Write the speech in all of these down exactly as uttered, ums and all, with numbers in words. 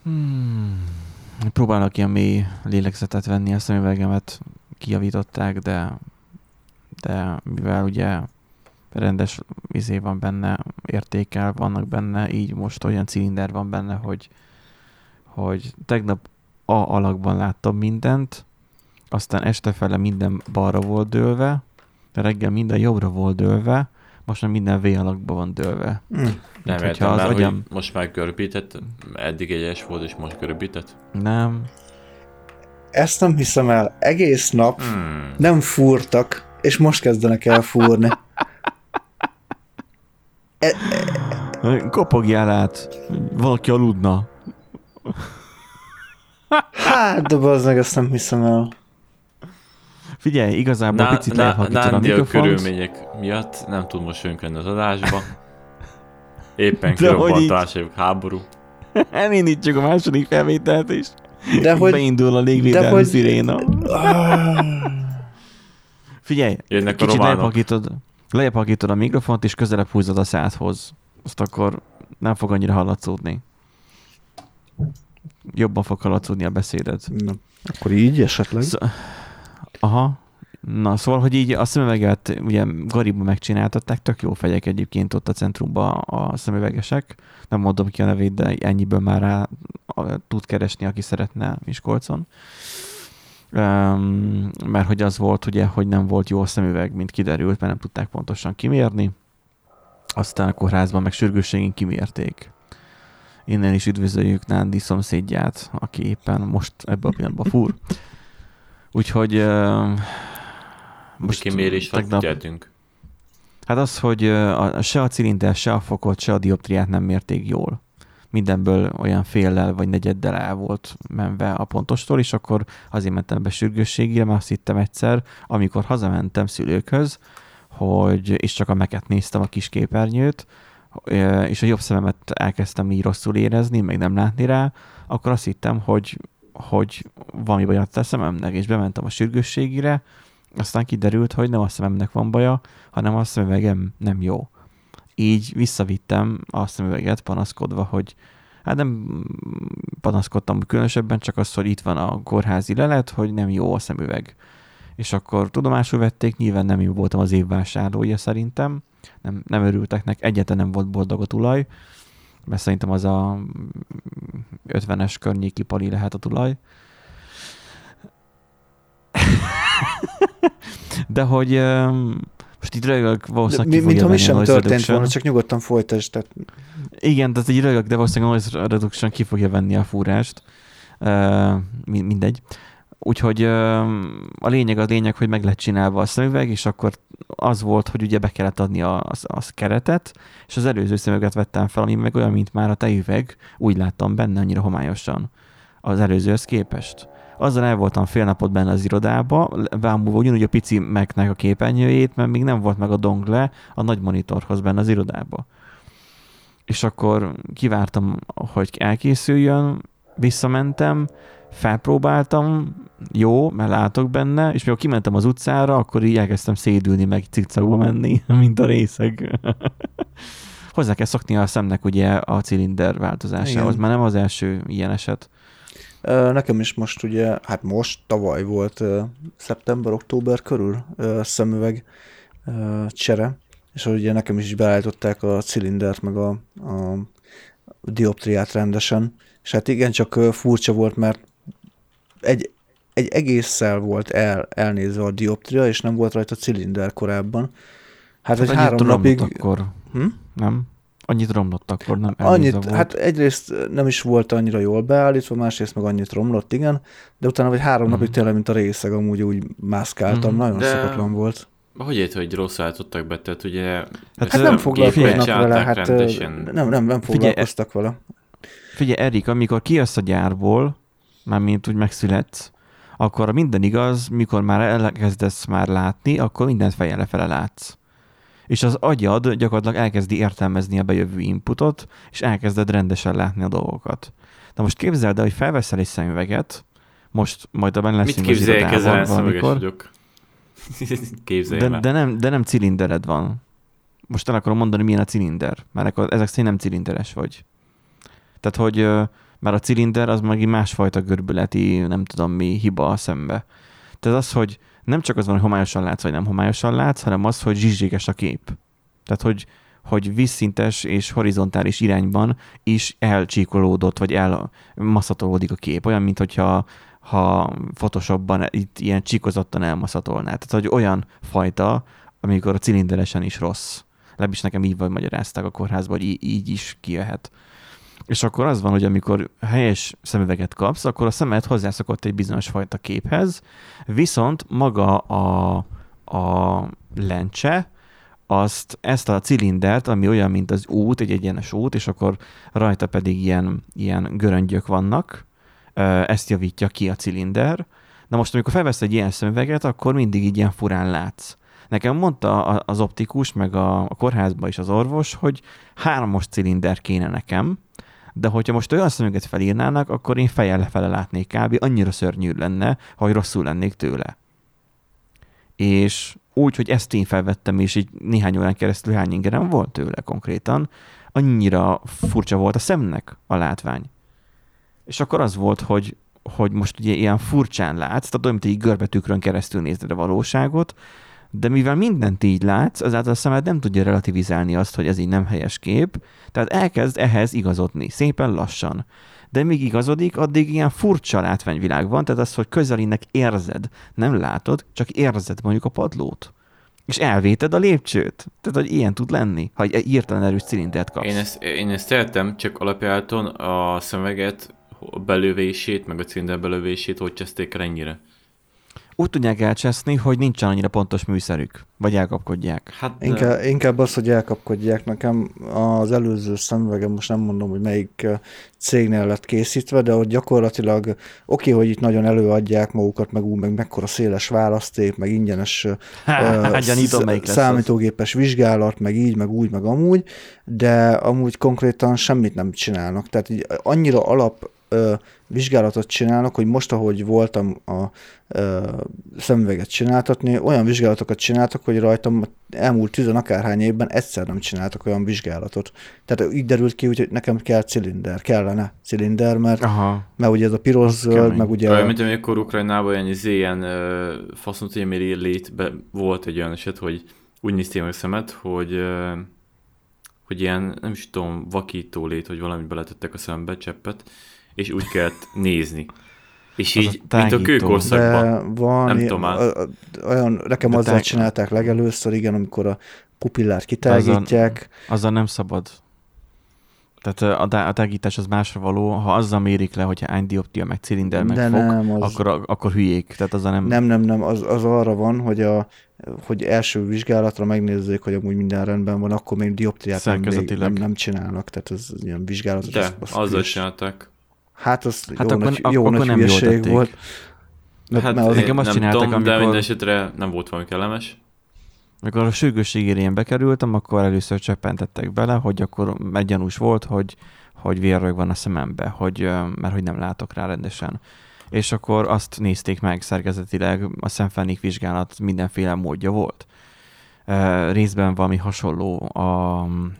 Hmm. Próbálok ilyen mély lélegzetet venni, a szemüvegemet kijavították, de, de mivel ugye rendes izé van benne, értékkel vannak benne, így most olyan cilinder van benne, hogy, hogy tegnap A alakban láttam mindent, aztán estefele minden balra volt dőlve, reggel minden jobbra volt dőlve, most már minden V alakban van dőlve. Mm. Nem értem már, agyam... hogy most már görbített, eddig egyes volt, és most görbített? Nem. Ezt nem hiszem el. Egész nap hmm. nem fúrtak, és most kezdenek el fúrni. E, e... Kopogjál át, valaki aludna. Hát, de bazdmeg, ezt nem hiszem el. Figyelj, igazából na, picit lejjebb a mikrofont. Körülmények miatt nem tud most jönni az adásba. Éppen kirobbantások, háború. Elindítjuk a második felvételt is. De hogy... Beindul a légvédelmi hogy... sziréna. Figyelj, jönnek kicsit lejjebb lejjebb a mikrofont, és közelebb húzod a szádhoz. Azt akkor nem fog annyira hallatszódni. Jobban fog hallatszódni a beszéded. Na, akkor így esetleg? Sz- Aha. Na, szóval, hogy így a szemüveget ugye Gariba megcsináltatták, tök jó fejek egyébként ott a centrumban a szemüvegesek. Nem mondom ki a nevét, de ennyiből már rá tud keresni, aki szeretne Miskolcon. Um, mert hogy az volt ugye, hogy nem volt jó a szemüveg, mint kiderült, mert nem tudták pontosan kimérni. Aztán a kórházban meg sürgősségén kimérték. Innen is üdvözöljük Nándi szomszédját, aki éppen most ebben a pillanatban fúr. Úgyhogy uh, most kimérés tegnap... gyertünk. Hát az, hogy a, se a cilinder, se a fokot, se a dioptriát nem mérték jól. Mindenből olyan féllel vagy negyeddel el volt menve a pontostól, és akkor azért mentem be sürgősségére, mert azt hittem egyszer, amikor hazamentem szülőkhöz, hogy, és csak a meket néztem, a kis képernyőt, és a jobb szememet elkezdtem így rosszul érezni, meg nem látni rá, akkor azt hittem, hogy, hogy valami bajat a szememnek, és bementem a sürgősségire, aztán kiderült, hogy nem a szememnek van baja, hanem a szemüvegem nem jó. Így visszavittem a szemüveget panaszkodva, hogy hát nem panaszkodtam különösebben, csak az, hogy itt van a kórházi lelet, hogy nem jó a szemüveg. És akkor tudomásul vették, nyilván nem jó voltam az év vásárlója szerintem, nem, nem örültek nek, egyáltalán nem volt boldog a tulaj, mert szerintem az a ötvenes környéki pali lehet a tulaj. De hogy most így rögök valószínűleg mi, mintha mi sem történt volna, csak nyugodtan folytasd. Tehát... Igen, tehát egy rögök, de valószínűleg noise reduction ki fogja venni a fúrást. Uh, mindegy. Úgyhogy uh, a lényeg a lényeg, hogy meg lett csinálva a szemüveg, és akkor az volt, hogy ugye be kellett adni a, a, a keretet, és az előző szemüveget vettem fel, ami meg olyan, mint már a tejüveg, úgy láttam benne annyira homályosan az előzőhöz képest. Azzal el voltam fél napot benne az irodába, vámulva ugyanúgy a pici Mac-nek a képernyőjét, mert még nem volt meg a dongle a nagy monitorhoz benne az irodába. És akkor kivártam, hogy elkészüljön, visszamentem, felpróbáltam, jó, mert látok benne, és mikor kimentem az utcára, akkor így elkezdtem szédülni, meg cikcakba menni, mint a részeg. Hozzá kell szokni a szemnek ugye a cilinder változásához, már nem az első ilyen eset. Nekem is most ugye, hát most, tavaly volt szeptember-október körül szemüveg csere, és ugye nekem is beállították a cilindert, meg a, a dioptriát rendesen, és hát igen, csak furcsa volt, mert egy, egy egésszel volt el, elnézve a dioptria, és nem volt rajta cilinder korábban. Hát, hát hogy három napig... Akkor, hm? Nem? Annyit romlott akkor, nem annyit, volt. Hát egyrészt nem is volt annyira jól beállítva, másrészt meg annyit romlott, igen, de utána vagy három mm. napig tényleg, mint a részeg, amúgy úgy mászkáltam, mm. nagyon de... szokatlan volt. Hogy ért, hogy rosszul állítottak be, tehát ugye... Hát, hát nem foglalkoznak vele, hát nem, nem, nem foglalkoztak Figyelj, vele. Figyelj, Erik, amikor kijössz a gyárból, mármint úgy megszületsz, akkor minden igaz, mikor már elkezdesz már látni, akkor mindent fejjel lefele látsz. És az agyad gyakorlatilag elkezdi értelmezni a bejövő inputot, és elkezded rendesen látni a dolgokat. De most képzeld el, hogy felveszel egy szemüveget, most majd abban leszünk az irodában. Mit képzeljek, szemüveges vagyok? de, de, nem, de nem cilindered van. Most el akarom mondani, milyen a cilinder. Mert ezek szerint nem cilinderes vagy. Tehát, hogy Mert a cilinder az meg egy másfajta görbületi, nem tudom mi, hiba a szembe. Tehát az, hogy nem csak az van, hogy homályosan látsz, vagy nem homályosan látsz, hanem az, hogy zsizséges a kép. Tehát, hogy, hogy vízszintes és horizontális irányban is elcsíkolódott, vagy elmaszatolódik a kép. Olyan, mint hogyha ha Photoshopban itt ilyen csíkozottan elmaszatolná. Tehát, hogy olyan fajta, amikor a cilinderesen is rossz. Legalábbis nekem így vagy magyarázták a kórházban, hogy í- így is kijöhet. És akkor az van, hogy amikor helyes szemüveget kapsz, akkor a szemed hozzászokott egy bizonyos fajta képhez, viszont maga a, a lencse, azt, ezt a cilindert, ami olyan, mint az út, egy egyenes út, és akkor rajta pedig ilyen, ilyen göröngyök vannak, ezt javítja ki a cilinder. Na most, amikor felvesz egy ilyen szemüveget, akkor mindig így ilyen furán látsz. Nekem mondta az optikus, meg a kórházban is az orvos, hogy hármas cilinder kéne nekem, de hogyha most olyan szemüveget felírnának, akkor én fejjel lefele látnék kb. Annyira szörnyű lenne, hogy rosszul lennék tőle. És úgy, hogy ezt én felvettem, és így néhány órán keresztül hány ingerem volt tőle konkrétan, annyira furcsa volt a szemnek a látvány. És akkor az volt, hogy, hogy most ugye ilyen furcsán látsz, tehát olyan, mint egy görbetükrön keresztül nézed a valóságot, de mivel mindent így látsz, azáltal a szemed nem tudja relativizálni azt, hogy ez így nem helyes kép, tehát elkezd ehhez igazodni, szépen lassan. De míg igazodik, addig ilyen furcsa látványvilág van, tehát az, hogy közelének érzed, nem látod, csak érzed mondjuk a padlót. És elvéted a lépcsőt. Tehát, hogy ilyen tud lenni, ha egy írtelen erős cilindert kapsz. Én ezt, én ezt értem, csak alapjáton a szemüveget belövését, meg a cilinder belövését hogy cseszték el ennyire? Úgy tudják elcseszni, hogy nincsen annyira pontos műszerük, vagy elkapkodják. Hát, inkább, inkább az, hogy elkapkodják. Nekem az előző szemüvegem, most nem mondom, hogy melyik cégnél lett készítve, de hogy gyakorlatilag oké, okay, hogy itt nagyon előadják magukat, meg úgy, meg mekkora széles választék, meg ingyenes Há, uh, sz- számítógépes vizsgálat, meg így, meg úgy, meg amúgy, de amúgy konkrétan semmit nem csinálnak. Tehát így annyira alap Ö, vizsgálatot csinálnak, hogy most, ahogy voltam a ö, szemüveget csináltatni, olyan vizsgálatokat csináltak, hogy rajtam elmúlt tizenakárhány évben egyszer nem csináltak olyan vizsgálatot. Tehát így derült ki, hogy nekem kell cilinder, kellene cilinder, mert, mert ugye ez a piros zöld, meg ugye... Olyan, mint amikor Ukrajnában ilyen, ilyen faszontéméri létbe volt egy olyan eset, hogy úgy néztél meg szemet, hogy ö, hogy ilyen, nem is tudom, vakító lét, hogy valamit beletettek a szembe, cseppet, és úgy kellett nézni. És az így, a mint a kőkorszakban. Van, nem tudom már. Olyan, nekem de azzal tág... csinálták legelőször, igen, amikor a pupillát kitágítják. Azzal, azzal nem szabad. Tehát a, a tágítás az másra való, ha azzal mérik le, hogyha hány dioptria meg cilinder meg fog, nem, az... akkor, akkor hülyék. Tehát azzal nem... Nem, nem, nem, az, az arra van, hogy, a, hogy első vizsgálatra megnézzék, hogy amúgy minden rendben van, akkor még dioptriát nem, nem, nem csinálnak. Tehát ez ilyen vizsgálatot. De, az, az azzal csinálták. Hát az hát jó, akkor, nagy, jó akkor nagy nem hülyeség volt. Hát mert az nekem azt nem csináltak, tudom, amikor... de minden esetre nem volt valami kellemes. Amikor a sürgősségére bekerültem, akkor először cseppentettek bele, hogy akkor meggyanús volt, hogy, hogy vérrög van a szemembe, hogy, mert hogy nem látok rá rendesen. És akkor azt nézték meg szerkezetileg, a szemfenék vizsgálat mindenféle módja volt. E, részben valami hasonló a,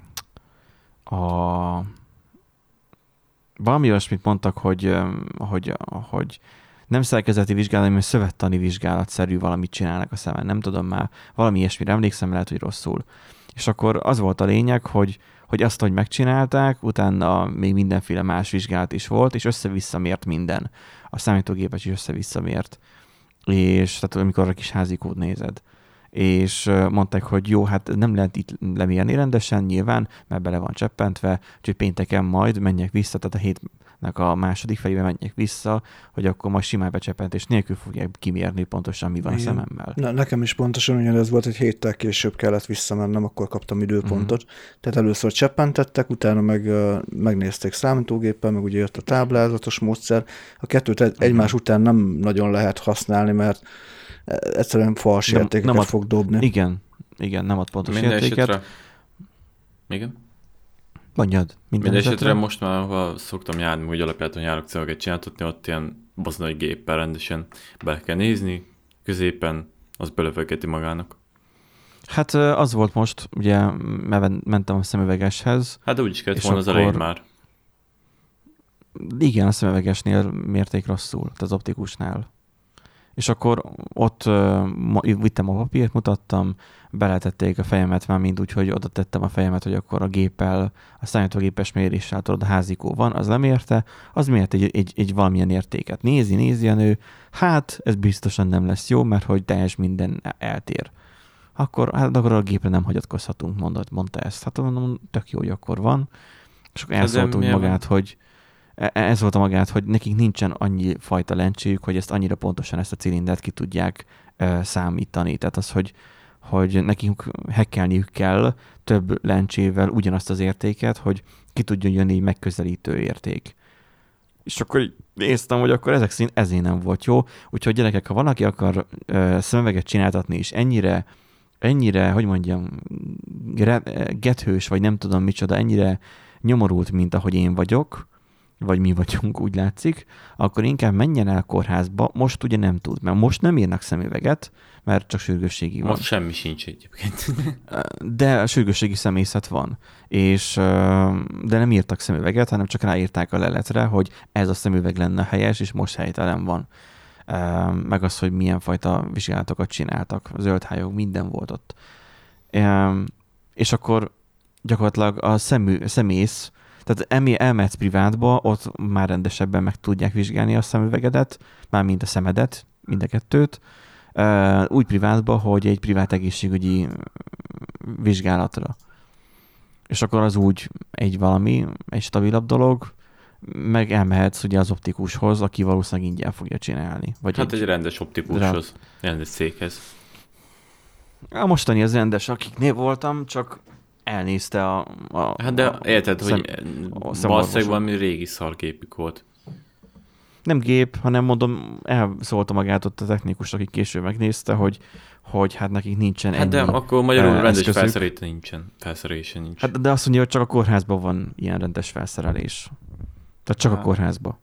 a valami olyasmit mondtak, hogy, hogy, hogy nem szerkezeti vizsgálat, hanem szövettani vizsgálatszerű valamit csinálnak a szemen. Nem tudom már, valami ilyesmire emlékszem, lehet, hogy rosszul. És akkor az volt a lényeg, hogy, hogy azt, hogy megcsinálták, utána még mindenféle más vizsgálat is volt, és össze-vissza mért minden. A számítógépet is össze-vissza mért. És tehát amikor a kis házikód nézed. És mondták, hogy jó, hát nem lehet itt lemérni rendesen, nyilván, mert bele van cseppentve, úgyhogy pénteken majd menjek vissza, tehát a hétnek a második felébe menjek vissza, hogy akkor majd simán becseppentés nélkül fogják kimérni pontosan, mi van igen. a szememmel. Na, nekem is pontosan ugyanez volt, hogy héttel később kellett visszamennem, akkor kaptam időpontot. Mm. Tehát először cseppentettek, utána meg uh, megnézték számítógéppel, meg ugye jött a táblázatos módszer. A kettőt mm. egymás után nem nagyon lehet használni, mert egyszerűen fals nem, értékeket nem ad, fog dobni. Igen, igen, nem ad pontos minden értéket. Esetre, igen? Mondjad. Minden, minden esetre most már, ha szoktam járni, hogy alapjáton járok célokat csináltatni, ott ilyen baznagy géppel rendesen bele kell nézni, középen az belövegeti magának. Hát az volt most, ugye mentem a szemüvegeshez. Hát de úgyis kellett volna az elején már. Igen, a szemüvegesnél mérték rosszul, tehát az optikusnál. És akkor ott uh, vittem a papírt, mutattam, beletették a fejemet már mind úgy, hogy oda tettem a fejemet, hogy akkor a géppel, a számítógépes méréssel, tudod, a házikó van, az lemérte, az mért egy, egy, egy valamilyen értéket. Nézi, nézi a nő, hát ez biztosan nem lesz jó, mert hogy teljes minden eltér. Akkor, hát akkor a gépre nem hagyatkozhatunk, mondott, mondta ezt. Hát mondom, tök jó, hogy akkor van. És akkor elszólt úgy magát, van? hogy ez volt a magát, hogy nekik nincsen annyi fajta lencséjük, hogy ezt annyira pontosan ezt a cilindert ki tudják uh, számítani. Tehát az, hogy, hogy nekik hackelniük kell több lencsével ugyanazt az értéket, hogy ki tudjon jönni egy megközelítő érték. És akkor néztem, hogy akkor ezek szerint ezért nem volt jó. Úgyhogy gyerekek, ha valaki akar uh, szemüveget csináltatni, és ennyire, ennyire, hogy mondjam, gethős, vagy nem tudom micsoda, ennyire nyomorult, mint ahogy én vagyok, vagy mi vagyunk, úgy látszik, akkor inkább menjen el kórházba. Most ugye nem tud, mert most nem írnak szemüveget, mert csak sürgősségi van. Most semmi sincs egyébként. De a sürgősségi személyzet van. És, de nem írtak szemüveget, hanem csak ráírták a leletre, hogy ez a szemüveg lenne helyes, és most helytelen van. Meg az, hogy milyen fajta vizsgálatokat csináltak. Zöldhályog, minden volt ott. És akkor gyakorlatilag a szemű, szemész, tehát elmehetsz privátba, ott már rendesebben meg tudják vizsgálni a szemüvegedet, mármint a szemedet, mind a kettőt, úgy privátba, hogy egy privát egészségügyi vizsgálatra. És akkor az úgy egy valami, egy stabilabb dolog, meg elmehetsz ugye az optikushoz, aki valószínűleg ingyen fogja csinálni. Vagy hát egy, egy rendes optikushoz, rá... rendes céghez. A mostani az rendes, akiknél voltam, csak elnézte a... a hát de a, érted, szem, hogy valószínűleg valami régi szargépük volt. Nem gép, hanem mondom, elszólta magát ott a technikus, aki később megnézte, hogy, hogy hát nekik nincsen hát ennyi. Hát de akkor magyarul uh, rendes felszerelése nincsen. Felszerelése nincs. Hát de azt mondja, hogy csak a kórházban van ilyen rendes felszerelés. Tehát csak ah. a kórházban.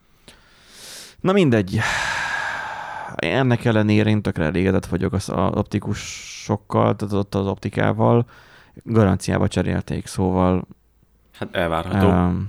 Na mindegy. Ennek ellenére én tökre elégedett vagyok az optikusokkal, tehát ott az optikával. Garanciába cserélték, szóval... Hát elvárható. Um,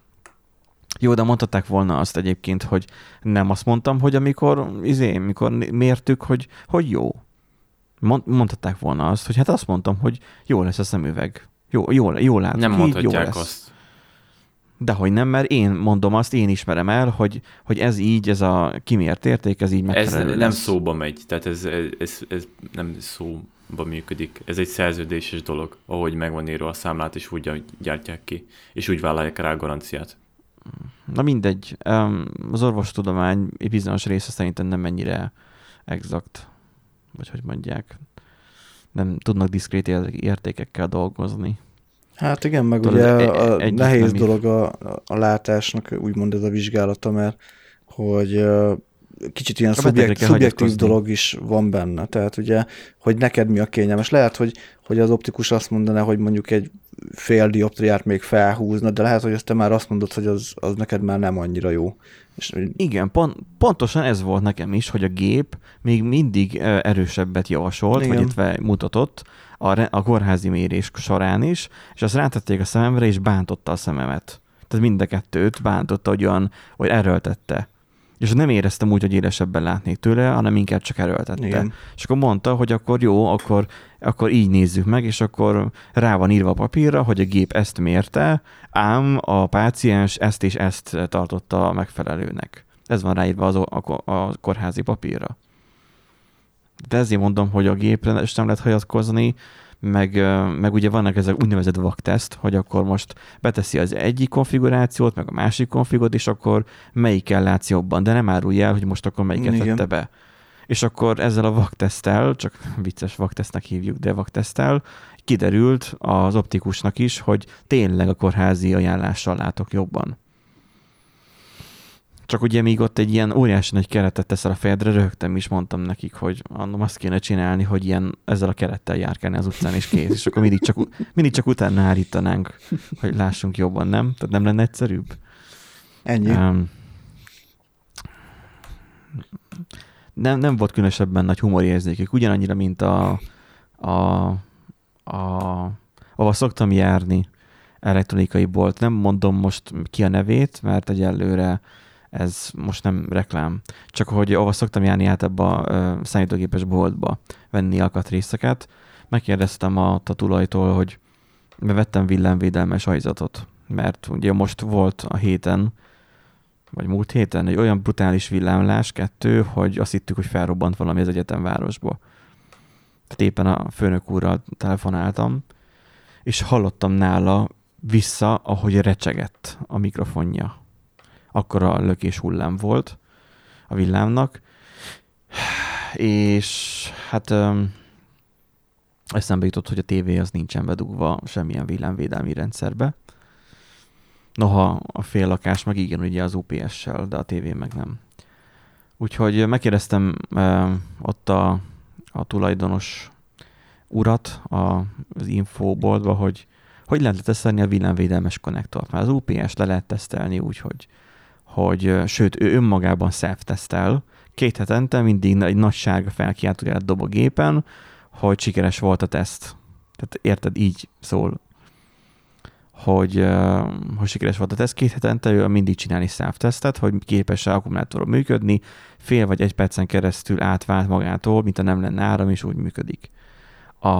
jó, de mondhatták volna azt egyébként, hogy nem azt mondtam, hogy amikor, izé, mikor mértük, hogy, hogy jó. Mond, mondhatták volna azt, hogy hát azt mondtam, hogy jó lesz a szemüveg. Jó, jó, jó látok. Nem így, mondhatják jó lesz. azt. Dehogy nem, mert én mondom azt, én ismerem el, hogy, hogy ez így, ez a kimért érték, ez így megfelelő Ez nem szóba megy, tehát ez, ez, ez, ez nem szóba működik. Ez egy szerződéses dolog, ahogy meg van írva a számlát, és úgy gyártják ki, és úgy vállalják rá a garanciát. Na mindegy, az orvostudomány egy bizonyos része szerintem nem ennyire exakt, vagy hogy mondják, nem tudnak diszkrét értékekkel dolgozni. Hát igen, meg Tudod, ugye a, a nehéz dolog a, a látásnak, úgymond ez a vizsgálata, mert hogy kicsit ilyen szubjekt, szubjektív dolog is van benne. Tehát ugye, hogy neked mi a kényelmes. Lehet, hogy, hogy az optikus azt mondaná, hogy mondjuk egy fél dioptriát még felhúzna, de lehet, hogy azt te már azt mondod, hogy az, az neked már nem annyira jó. És... Igen, pont, pontosan ez volt nekem is, hogy a gép még mindig erősebbet javasolt, igen. vagy itt mutatott a, a kórházi mérés során is, és azt rátették a szememre, és bántotta a szememet. Tehát mind a kettőt bántotta, hogy olyan, hogy erőltette. És nem éreztem úgy, hogy élesebben látnék tőle, hanem inkább csak erőltette. Igen. És akkor mondta, hogy akkor jó, akkor, akkor így nézzük meg, és akkor rá van írva a papírra, hogy a gép ezt mérte, ám a páciens ezt és ezt tartotta megfelelőnek. Ez van ráírva az, a, a kórházi papírra. De ezért mondom, hogy a gépre is nem lehet hagyatkozni, meg, meg ugye vannak ezek úgynevezett vakteszt, hogy akkor most beteszi az egyik konfigurációt, meg a másik konfigurt, és akkor melyikkel látsz jobban, de nem árulj el, hogy most akkor melyiket igen. tette be. És akkor ezzel a vakteszttel, csak vicces vaktesztnek hívjuk, de vakteszttel kiderült az optikusnak is, hogy tényleg a kórházi ajánlással látok jobban. Csak ugye még ott egy ilyen óriási nagy keretet teszel a fejedre, röhögtem is, mondtam nekik, hogy annom azt kéne csinálni, hogy ilyen ezzel a kerettel járkálni az utcán, és kész. És akkor mindig csak, mindig csak utána hárítanánk, hogy lássunk jobban, nem? Tehát nem lenne egyszerűbb? Ennyi. Um, nem, nem volt különösebben nagy humorérzékük, ugyanannyira, mint a, a, a ahol szoktam járni, elektronikai bolt. Nem mondom most ki a nevét, mert egyelőre ez most nem reklám. Csak hogy ahova szoktam járni át ebbe a uh, számítógépes boltba venni alkatrészeket, megkérdeztem a, a tulajtól, hogy vettem villámvédelmes ajzatot, mert ugye most volt a héten, vagy múlt héten egy olyan brutális villámlás, kettő, hogy azt hittük, hogy felrobbant valami az egyetemvárosba. Tehát éppen a főnök úrral telefonáltam, és hallottam nála vissza, ahogy recsegett a mikrofonja. Akkor a lökés hullám volt a villámnak, és hát öm, eszembe jutott, hogy a tévé az nincsen bedugva semmilyen villámvédelmi rendszerbe. Noha a fél lakás meg igen, ugye az u pé es-sel, de a tévé meg nem. Úgyhogy megkérdeztem öm, ott a, a tulajdonos urat a, az infoboltba, hogy hogy lehet tesztelni a villámvédelmes konnektort. Már az u pé es le lehet tesztelni úgy, hogy, hogy sőt, ő önmagában self-tesztel. Két hetente mindig egy nagy sárga felkiáltójelet dob a gépen, hogy sikeres volt a teszt. Tehát érted, így szól, hogy, hogy sikeres volt a teszt. Két hetente ő mindig csinálni self-tesztet, hogy képes-e akkumulátoron működni, fél vagy egy percen keresztül átvált magától, mint ha nem lenne áram, és úgy működik. A,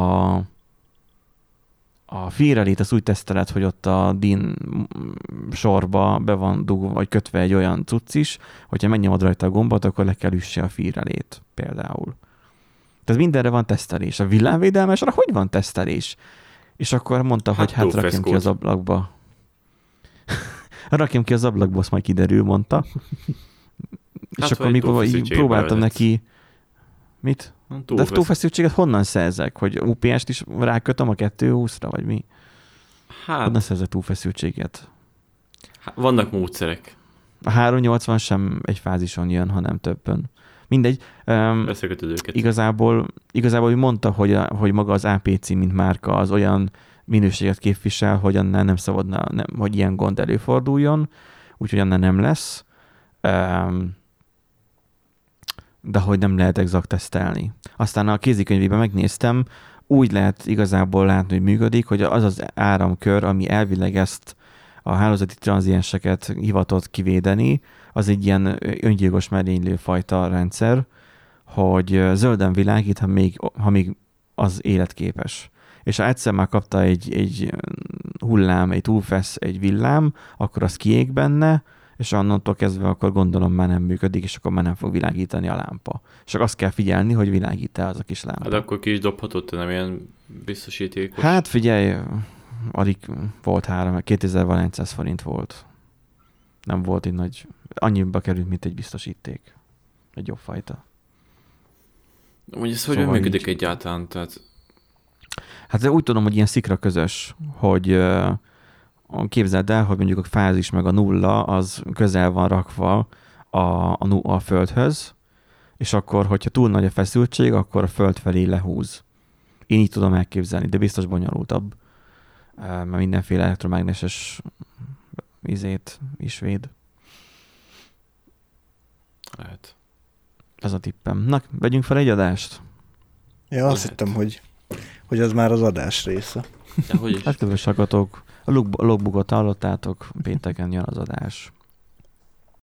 a félrelét az úgy tesztelet, hogy ott a din sorba be van dugva, vagy kötve egy olyan cucc is, hogyha megnyomod rajta a gombot, akkor le kell üsse a félrelét például. Tehát mindenre van tesztelés. A villámvédelmesre hogy van tesztelés? És akkor mondta, hát hogy hát rakjam ki az ablakba. rakjam ki az ablakba, azt majd kiderül, mondta. És hát akkor mikor így próbáltam neki... Mit? Túl De túlfeszültséget honnan szerzek? Hogy u pé est is rákötöm a kétszázhúszra, vagy mi? Hát... Honnan szerzek túlfeszültséget? Hát vannak módszerek. A háromszáznyolcvan sem egy fázison jön, hanem többen. Mindegy. Um, igazából, igazából ő mondta, hogy, a, hogy maga az á pé cé, mint márka, az olyan minőséget képvisel, hogy annál nem szabadna, nem, hogy ilyen gond előforduljon, úgyhogy annál nem lesz. Um, de hogy nem lehet exakt tesztelni. Aztán a kézikönyvében megnéztem, úgy lehet igazából látni, hogy működik, hogy az az áramkör, ami elvileg ezt a hálózati tranzienseket hivatott kivédeni, az egy ilyen öngyilkos merénylő fajta rendszer, hogy zölden világít, ha még, ha még az életképes. És ha egyszer már kapta egy, egy hullám, egy túlfesz, egy villám, akkor az kiég benne, és annantól kezdve akkor gondolom már nem működik, és akkor már nem fog világítani a lámpa. Csak azt kell figyelni, hogy világít-e az a kis lámpa. Hát akkor ki is dobhatod, te nem ilyen biztosítékos? Hát figyelj, alig volt három, kétezer-valahány forint volt. Nem volt egy nagy, annyiba került, mint egy biztosíték. Egy jobb fajta. Úgy ez szóval hogy működik nincs. Egyáltalán? Tehát... Hát úgy tudom, hogy ilyen szikra közös, hogy képzeld el, hogy mondjuk a fázis meg a nulla az közel van rakva a, a, a földhöz, és akkor, hogyha túl nagy a feszültség, akkor a föld felé lehúz. Én így tudom elképzelni, de biztos bonyolultabb, mert mindenféle elektromágneses izét is véd. Lehet. Ez a tippem. Na, vegyünk fel egy adást? Ja, azt Lehet. hittem, hogy, hogy az már az adás része. Ja, hogy is. Hát kedves hallgatók, a logbookot hallottátok, pénteken jön az adás.